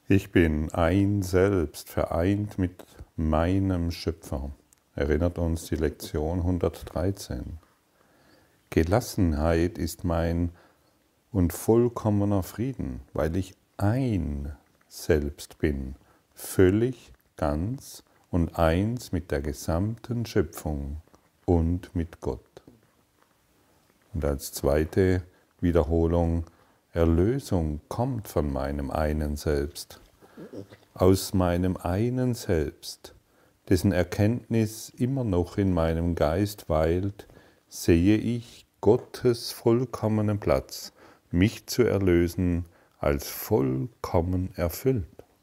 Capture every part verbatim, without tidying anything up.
Ich bin ein Selbst, vereint mit meinem Schöpfer, erinnert uns die Lektion hundertdreizehn. Gelassenheit ist mein und vollkommener Frieden, weil ich ein Selbst bin, völlig, ganz und eins mit der gesamten Schöpfung und mit Gott. Und als zweite Wiederholung: Erlösung kommt von meinem einen Selbst. Aus meinem einen Selbst, dessen Erkenntnis immer noch in meinem Geist weilt, sehe ich Gottes vollkommenen Platz, mich zu erlösen, als vollkommen erfüllt.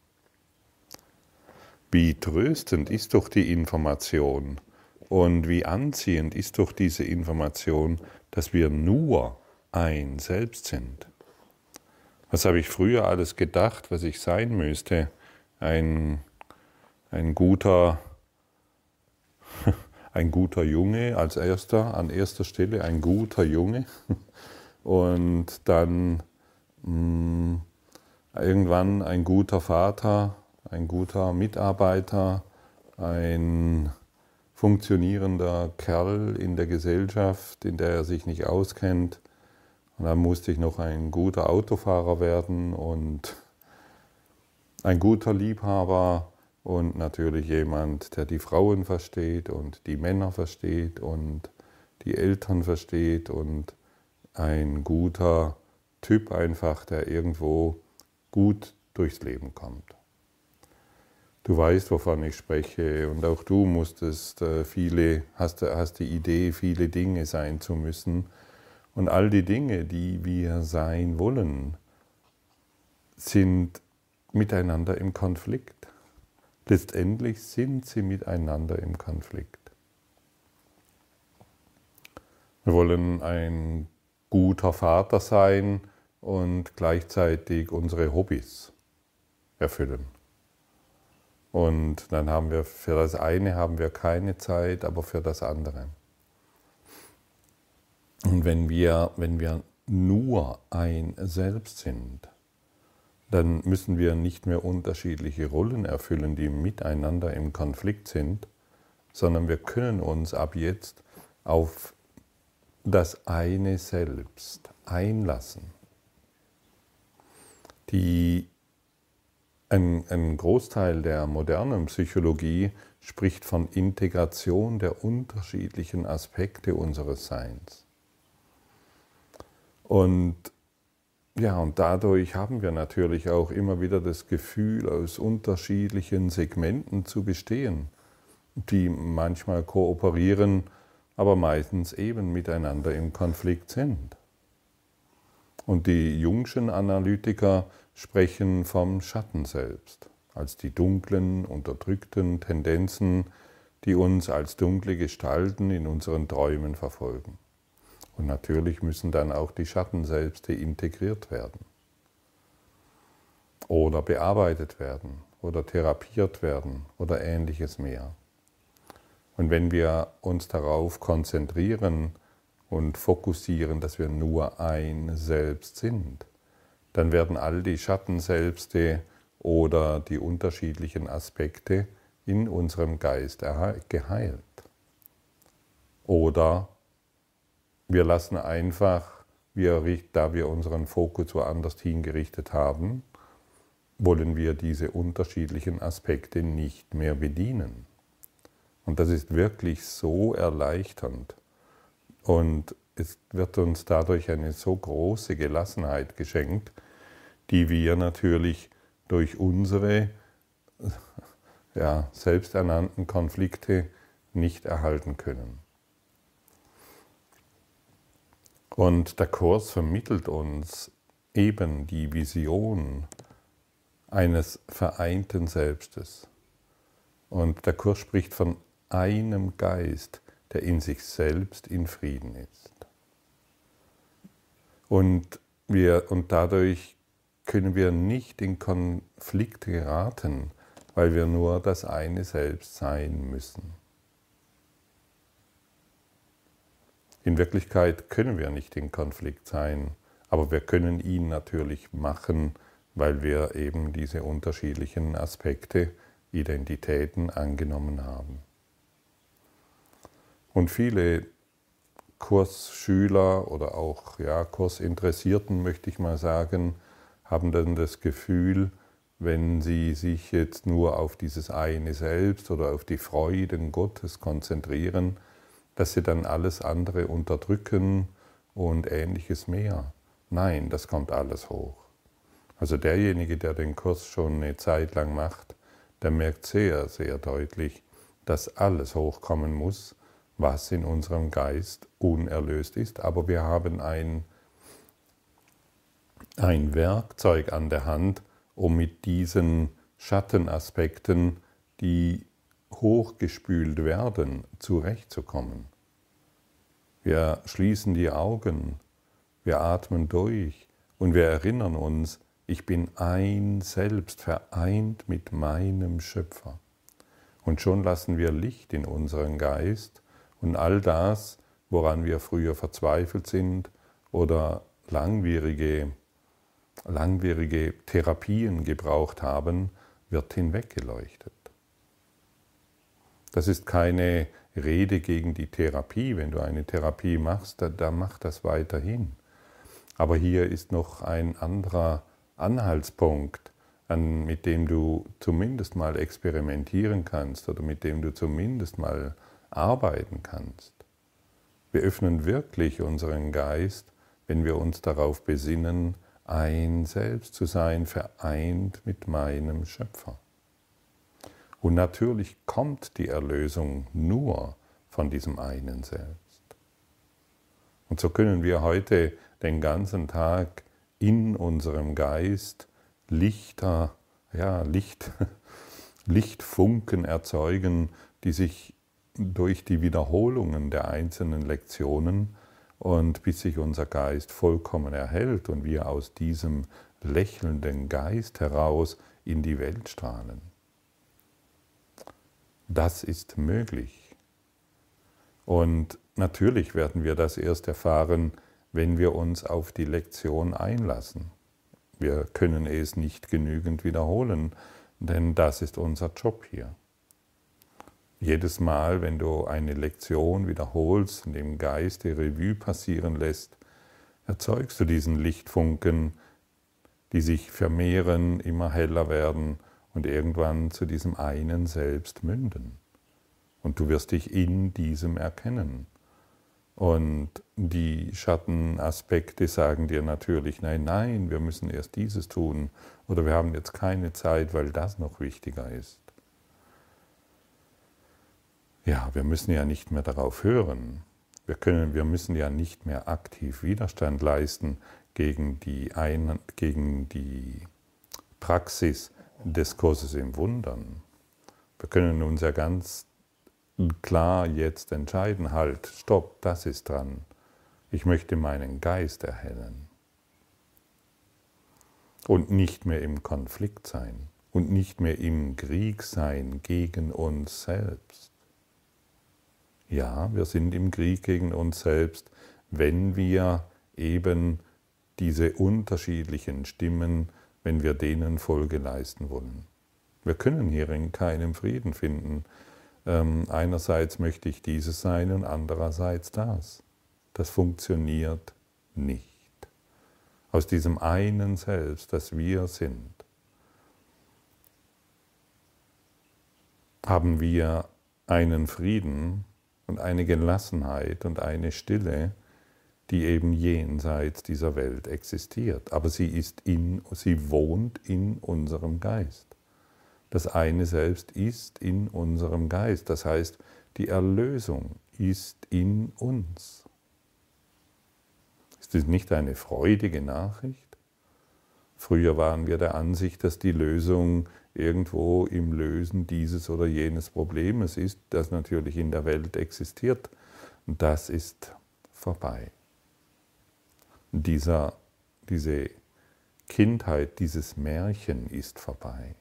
Wie tröstend ist doch die Information und wie anziehend ist doch diese Information, dass wir nur ein Selbst sind. Was habe ich früher alles gedacht, was ich sein müsste? Ein, ein, guter, ein guter Junge als erster, an erster Stelle ein guter Junge. Und dann mh, irgendwann ein guter Vater, ein guter Mitarbeiter, ein funktionierender Kerl in der Gesellschaft, in der er sich nicht auskennt. Und dann musste ich noch ein guter Autofahrer werden und ein guter Liebhaber und natürlich jemand, der die Frauen versteht und die Männer versteht und die Eltern versteht und ein guter Typ einfach, der irgendwo gut durchs Leben kommt. Du weißt, wovon ich spreche, und auch du musstest viele, hast, hast die Idee, viele Dinge sein zu müssen. Und all die Dinge, die wir sein wollen, sind miteinander im Konflikt. Letztendlich sind sie miteinander im Konflikt. Wir wollen ein guter Vater sein und gleichzeitig unsere Hobbys erfüllen. Und dann haben wir für das eine haben wir keine Zeit, aber für das andere. Und wenn wir, wenn wir nur ein Selbst sind, dann müssen wir nicht mehr unterschiedliche Rollen erfüllen, die miteinander im Konflikt sind, sondern wir können uns ab jetzt auf das eine Selbst einlassen. Die, ein, ein Großteil der modernen Psychologie spricht von Integration der unterschiedlichen Aspekte unseres Seins. Und ja, und dadurch haben wir natürlich auch immer wieder das Gefühl, aus unterschiedlichen Segmenten zu bestehen, die manchmal kooperieren, aber meistens eben miteinander im Konflikt sind. Und die Jungschen Analytiker sprechen vom Schattenselbst, als die dunklen, unterdrückten Tendenzen, die uns als dunkle Gestalten in unseren Träumen verfolgen. Und natürlich müssen dann auch die Schattenselbste integriert werden oder bearbeitet werden oder therapiert werden oder ähnliches mehr. Und wenn wir uns darauf konzentrieren und fokussieren, dass wir nur ein Selbst sind, dann werden all die Schattenselbste oder die unterschiedlichen Aspekte in unserem Geist geheilt. Oder wir lassen einfach, wir, da wir unseren Fokus woanders hingerichtet haben, wollen wir diese unterschiedlichen Aspekte nicht mehr bedienen. Und das ist wirklich so erleichternd. Und es wird uns dadurch eine so große Gelassenheit geschenkt, die wir natürlich durch unsere ja, selbsternannten Konflikte nicht erhalten können. Und der Kurs vermittelt uns eben die Vision eines vereinten Selbstes. Und der Kurs spricht von einem Geist, der in sich selbst in Frieden ist. Und, wir, und dadurch können wir nicht in Konflikt geraten, weil wir nur das eine Selbst sein müssen. In Wirklichkeit können wir nicht in Konflikt sein, aber wir können ihn natürlich machen, weil wir eben diese unterschiedlichen Aspekte, Identitäten angenommen haben. Und viele Kursschüler oder auch ja, Kursinteressierten, möchte ich mal sagen, haben dann das Gefühl, wenn sie sich jetzt nur auf dieses eine Selbst oder auf die Freuden Gottes konzentrieren, dass sie dann alles andere unterdrücken und Ähnliches mehr. Nein, das kommt alles hoch. Also derjenige, der den Kurs schon eine Zeit lang macht, der merkt sehr, sehr deutlich, dass alles hochkommen muss, was in unserem Geist unerlöst ist. Aber wir haben ein, ein Werkzeug an der Hand, um mit diesen Schattenaspekten, die hochgespült werden, zurechtzukommen. Wir schließen die Augen, wir atmen durch und wir erinnern uns, ich bin ein Selbst, vereint mit meinem Schöpfer. Und schon lassen wir Licht in unseren Geist und all das, woran wir früher verzweifelt sind oder langwierige, langwierige Therapien gebraucht haben, wird hinweggeleuchtet. Das ist keine Rede gegen die Therapie. Wenn du eine Therapie machst, dann, dann mach das weiterhin. Aber hier ist noch ein anderer Anhaltspunkt, an, mit dem du zumindest mal experimentieren kannst oder mit dem du zumindest mal arbeiten kannst. Wir öffnen wirklich unseren Geist, wenn wir uns darauf besinnen, ein Selbst zu sein, vereint mit meinem Schöpfer. Und natürlich kommt die Erlösung nur von diesem einen Selbst. Und so können wir heute den ganzen Tag in unserem Geist Lichter, ja, Licht, Lichtfunken erzeugen, die sich durch die Wiederholungen der einzelnen Lektionen und bis sich unser Geist vollkommen erhält und wir aus diesem lächelnden Geist heraus in die Welt strahlen. Das ist möglich. Und natürlich werden wir das erst erfahren, wenn wir uns auf die Lektion einlassen. Wir können es nicht genügend wiederholen, denn das ist unser Job hier. Jedes Mal, wenn du eine Lektion wiederholst und im Geist die Revue passieren lässt, erzeugst du diesen Lichtfunken, die sich vermehren, immer heller werden und irgendwann zu diesem einen Selbst münden. Und du wirst dich in diesem erkennen. Und die Schattenaspekte sagen dir natürlich, nein, nein, wir müssen erst dieses tun oder wir haben jetzt keine Zeit, weil das noch wichtiger ist. Ja, wir müssen ja nicht mehr darauf hören. Wir, können, wir müssen ja nicht mehr aktiv Widerstand leisten gegen die, Ein- gegen die Praxis des Kurses im Wundern. Wir können uns ja ganz klar jetzt entscheiden, halt, stopp, das ist dran. Ich möchte meinen Geist erhellen. Und nicht mehr im Konflikt sein und nicht mehr im Krieg sein gegen uns selbst. Ja, wir sind im Krieg gegen uns selbst, wenn wir eben diese unterschiedlichen Stimmen, wenn wir denen Folge leisten wollen. Wir können hierin keinen Frieden finden. Ähm, einerseits möchte ich dieses sein und andererseits das. Das funktioniert nicht. Aus diesem einen Selbst, das wir sind, haben wir einen Frieden und eine Gelassenheit und eine Stille, die eben jenseits dieser Welt existiert. Aber sie ist in, sie wohnt in unserem Geist. Das eine Selbst ist in unserem Geist. Das heißt, die Erlösung ist in uns. Ist das nicht eine freudige Nachricht? Früher waren wir der Ansicht, dass die Lösung irgendwo im Lösen dieses oder jenes Problems ist, das natürlich in der Welt existiert. Und das ist vorbei. Dieser, diese Kindheit, dieses Märchen ist vorbei.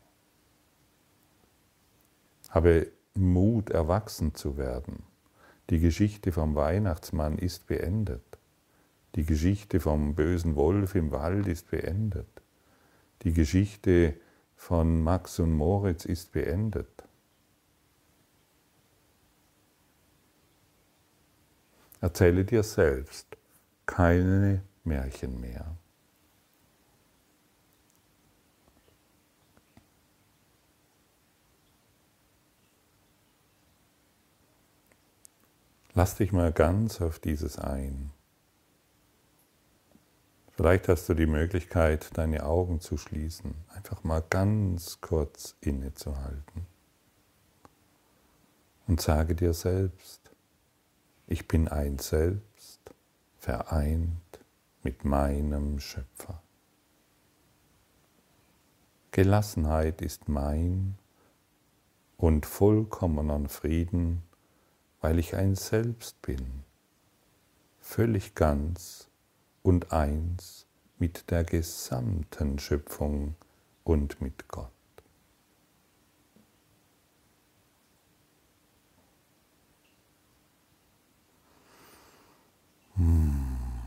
Habe Mut, erwachsen zu werden. Die Geschichte vom Weihnachtsmann ist beendet. Die Geschichte vom bösen Wolf im Wald ist beendet. Die Geschichte von Max und Moritz ist beendet. Erzähle dir selbst keine Märchen mehr. Lass dich mal ganz auf dieses ein. Vielleicht hast du die Möglichkeit, deine Augen zu schließen, einfach mal ganz kurz innezuhalten. Und sage dir selbst, ich bin ein Selbst, vereint mit meinem Schöpfer. Gelassenheit ist mein und vollkommener Frieden, weil ich ein Selbst bin, völlig ganz und eins mit der gesamten Schöpfung und mit Gott. Hm.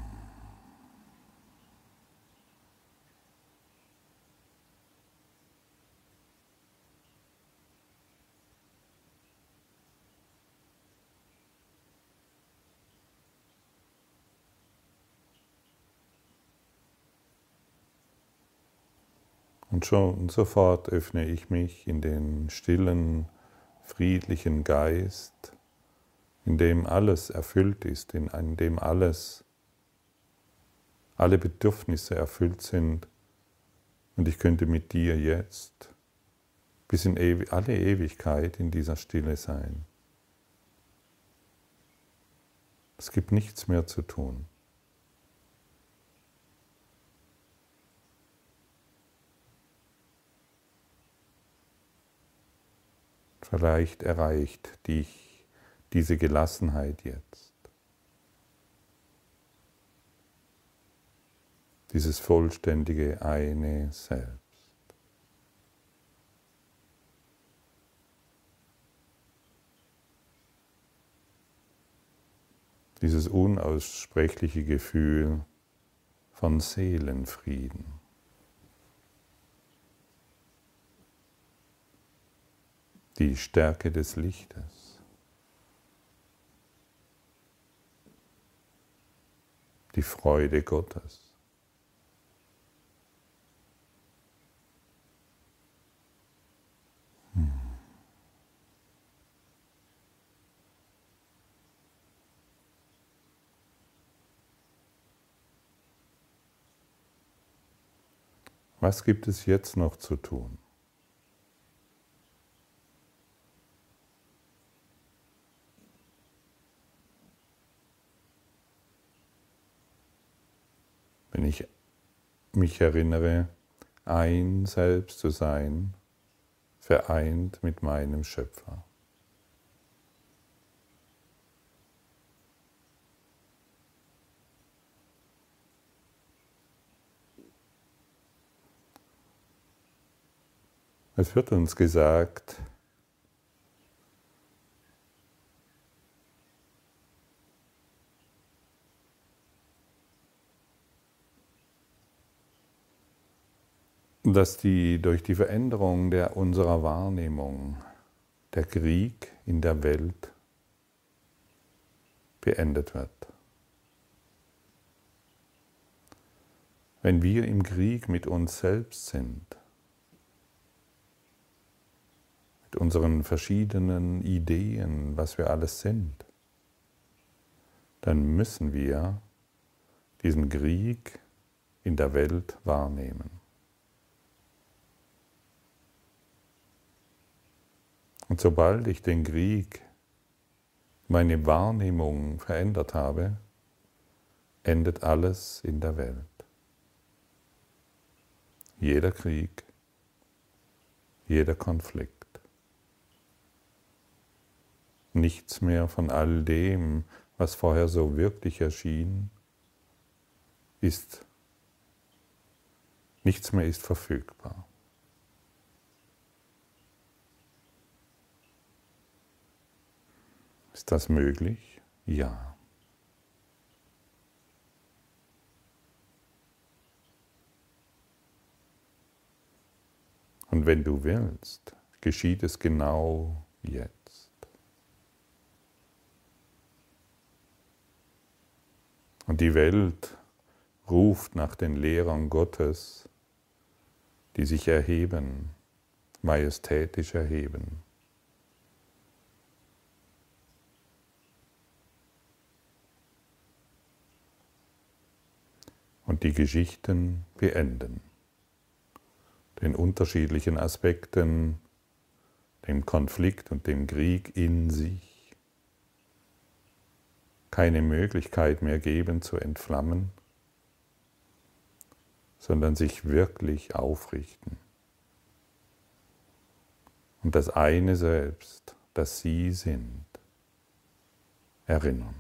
Und schon sofort öffne ich mich in den stillen, friedlichen Geist, in dem alles erfüllt ist, in dem alles, alle Bedürfnisse erfüllt sind. Und ich könnte mit dir jetzt bis in alle Ewigkeit in dieser Stille sein. Es gibt nichts mehr zu tun. Vielleicht erreicht dich diese Gelassenheit jetzt. Dieses vollständige eine Selbst. Dieses unaussprechliche Gefühl von Seelenfrieden. Die Stärke des Lichtes. Die Freude Gottes. Hm. Was gibt es jetzt noch zu tun? Wenn ich mich erinnere, ein Selbst zu sein, vereint mit meinem Schöpfer. Es wird uns gesagt, dass die, durch die Veränderung der, unserer Wahrnehmung der Krieg in der Welt beendet wird. Wenn wir im Krieg mit uns selbst sind, mit unseren verschiedenen Ideen, was wir alles sind, dann müssen wir diesen Krieg in der Welt wahrnehmen. Und sobald ich den Krieg, meine Wahrnehmung verändert habe, endet alles in der Welt. Jeder Krieg, jeder Konflikt. Nichts mehr von all dem, was vorher so wirklich erschien, ist, nichts mehr ist verfügbar. Ist das möglich? Ja. Und wenn du willst, geschieht es genau jetzt. Und die Welt ruft nach den Lehrern Gottes, die sich erheben, majestätisch erheben. Und die Geschichten beenden, den unterschiedlichen Aspekten, dem Konflikt und dem Krieg in sich keine Möglichkeit mehr geben zu entflammen, sondern sich wirklich aufrichten. Und das eine Selbst, das Sie sind, erinnern.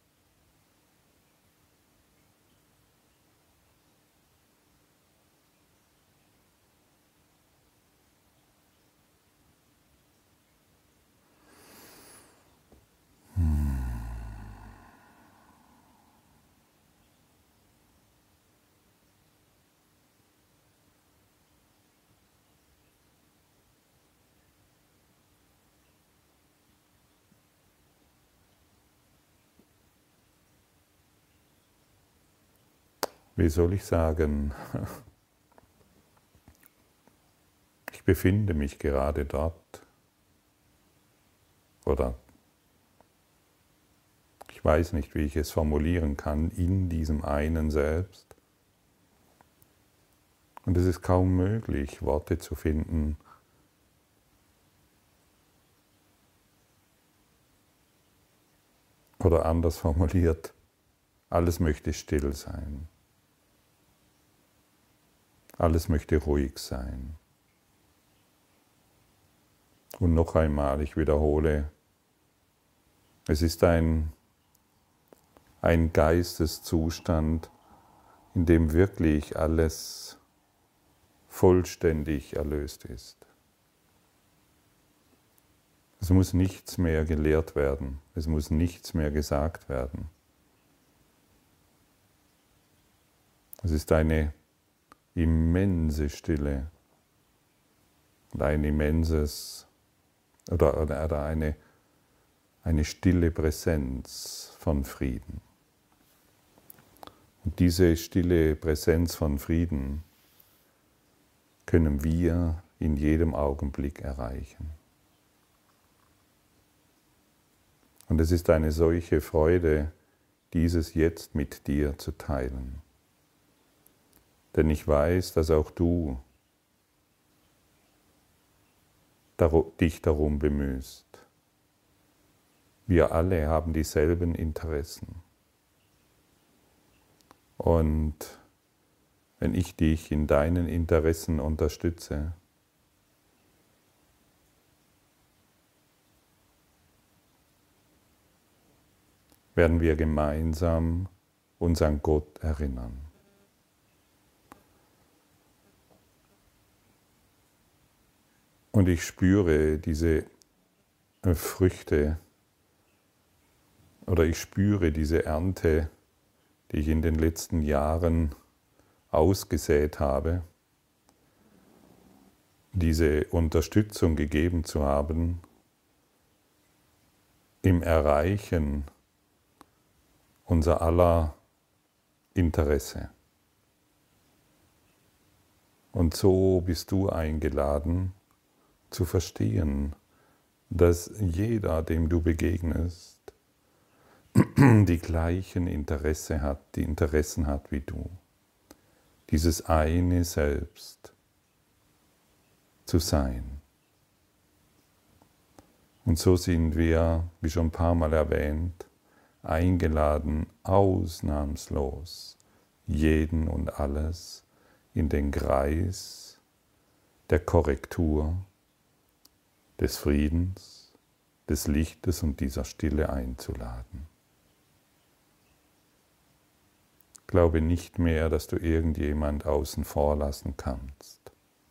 Wie soll ich sagen, ich befinde mich gerade dort oder ich weiß nicht, wie ich es formulieren kann, in diesem einen Selbst. Und es ist kaum möglich, Worte zu finden, oder anders formuliert, alles möchte still sein. Alles möchte ruhig sein. Und noch einmal, ich wiederhole, es ist ein, ein Geisteszustand, in dem wirklich alles vollständig erlöst ist. Es muss nichts mehr gelehrt werden, es muss nichts mehr gesagt werden. Es ist eine immense Stille und ein immenses oder, oder eine, eine stille Präsenz von Frieden. Und diese stille Präsenz von Frieden können wir in jedem Augenblick erreichen. Und es ist eine solche Freude, dieses jetzt mit dir zu teilen. Denn ich weiß, dass auch du dich darum bemühst. Wir alle haben dieselben Interessen. Und wenn ich dich in deinen Interessen unterstütze, werden wir gemeinsam uns an Gott erinnern. Und ich spüre diese Früchte oder ich spüre diese Ernte, die ich in den letzten Jahren ausgesät habe, diese Unterstützung gegeben zu haben im Erreichen unser aller Interesse. Und so bist du eingeladen, zu verstehen, dass jeder, dem du begegnest, die gleichen Interesse hat, die Interessen hat wie du. Dieses eine Selbst zu sein. Und so sind wir, wie schon ein paar Mal erwähnt, eingeladen, ausnahmslos jeden und alles in den Kreis der Korrektur, des Friedens, des Lichtes und dieser Stille einzuladen. Glaube nicht mehr, dass du irgendjemand außen vor lassen kannst.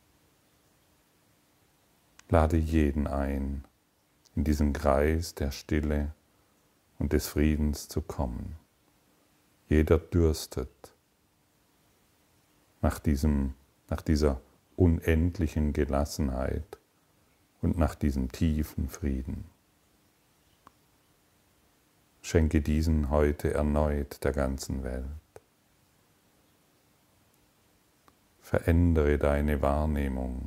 Lade jeden ein, in diesen Kreis der Stille und des Friedens zu kommen. Jeder dürstet nach, diesem, nach dieser unendlichen Gelassenheit und nach diesem tiefen Frieden. Schenke diesen heute erneut der ganzen Welt. Verändere deine Wahrnehmung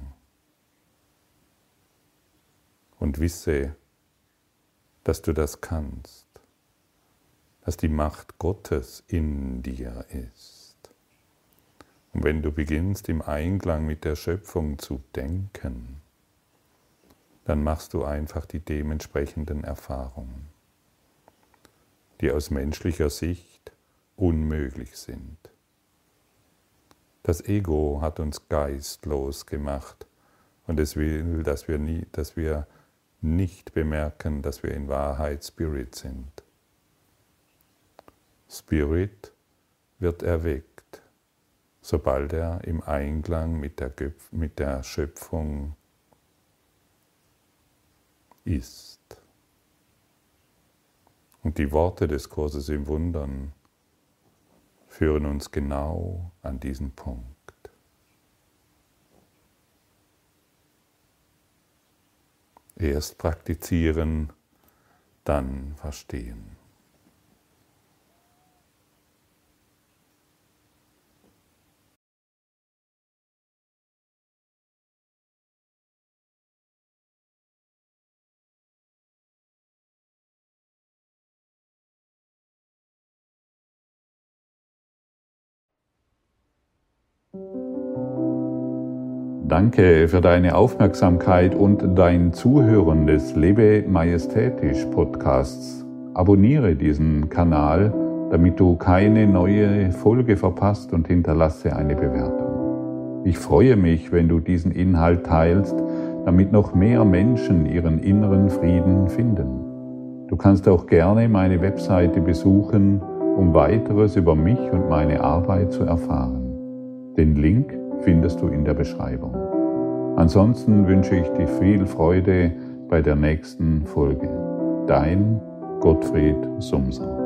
und wisse, dass du das kannst, dass die Macht Gottes in dir ist. Und wenn du beginnst, im Einklang mit der Schöpfung zu denken, dann machst du einfach die dementsprechenden Erfahrungen, die aus menschlicher Sicht unmöglich sind. Das Ego hat uns geistlos gemacht und es will, dass wir, nie, dass wir nicht bemerken, dass wir in Wahrheit Spirit sind. Spirit wird erweckt, sobald er im Einklang mit der, mit der Schöpfung ist. Und die Worte des Kurses im Wundern führen uns genau an diesen Punkt. Erst praktizieren, dann verstehen. Danke für deine Aufmerksamkeit und dein Zuhören des Lebe Majestätisch Podcasts. Abonniere diesen Kanal, damit du keine neue Folge verpasst, und hinterlasse eine Bewertung. Ich freue mich, wenn du diesen Inhalt teilst, damit noch mehr Menschen ihren inneren Frieden finden. Du kannst auch gerne meine Webseite besuchen, um weiteres über mich und meine Arbeit zu erfahren. Den Link findest du in der Beschreibung. Ansonsten wünsche ich dir viel Freude bei der nächsten Folge. Dein Gottfried Sumser.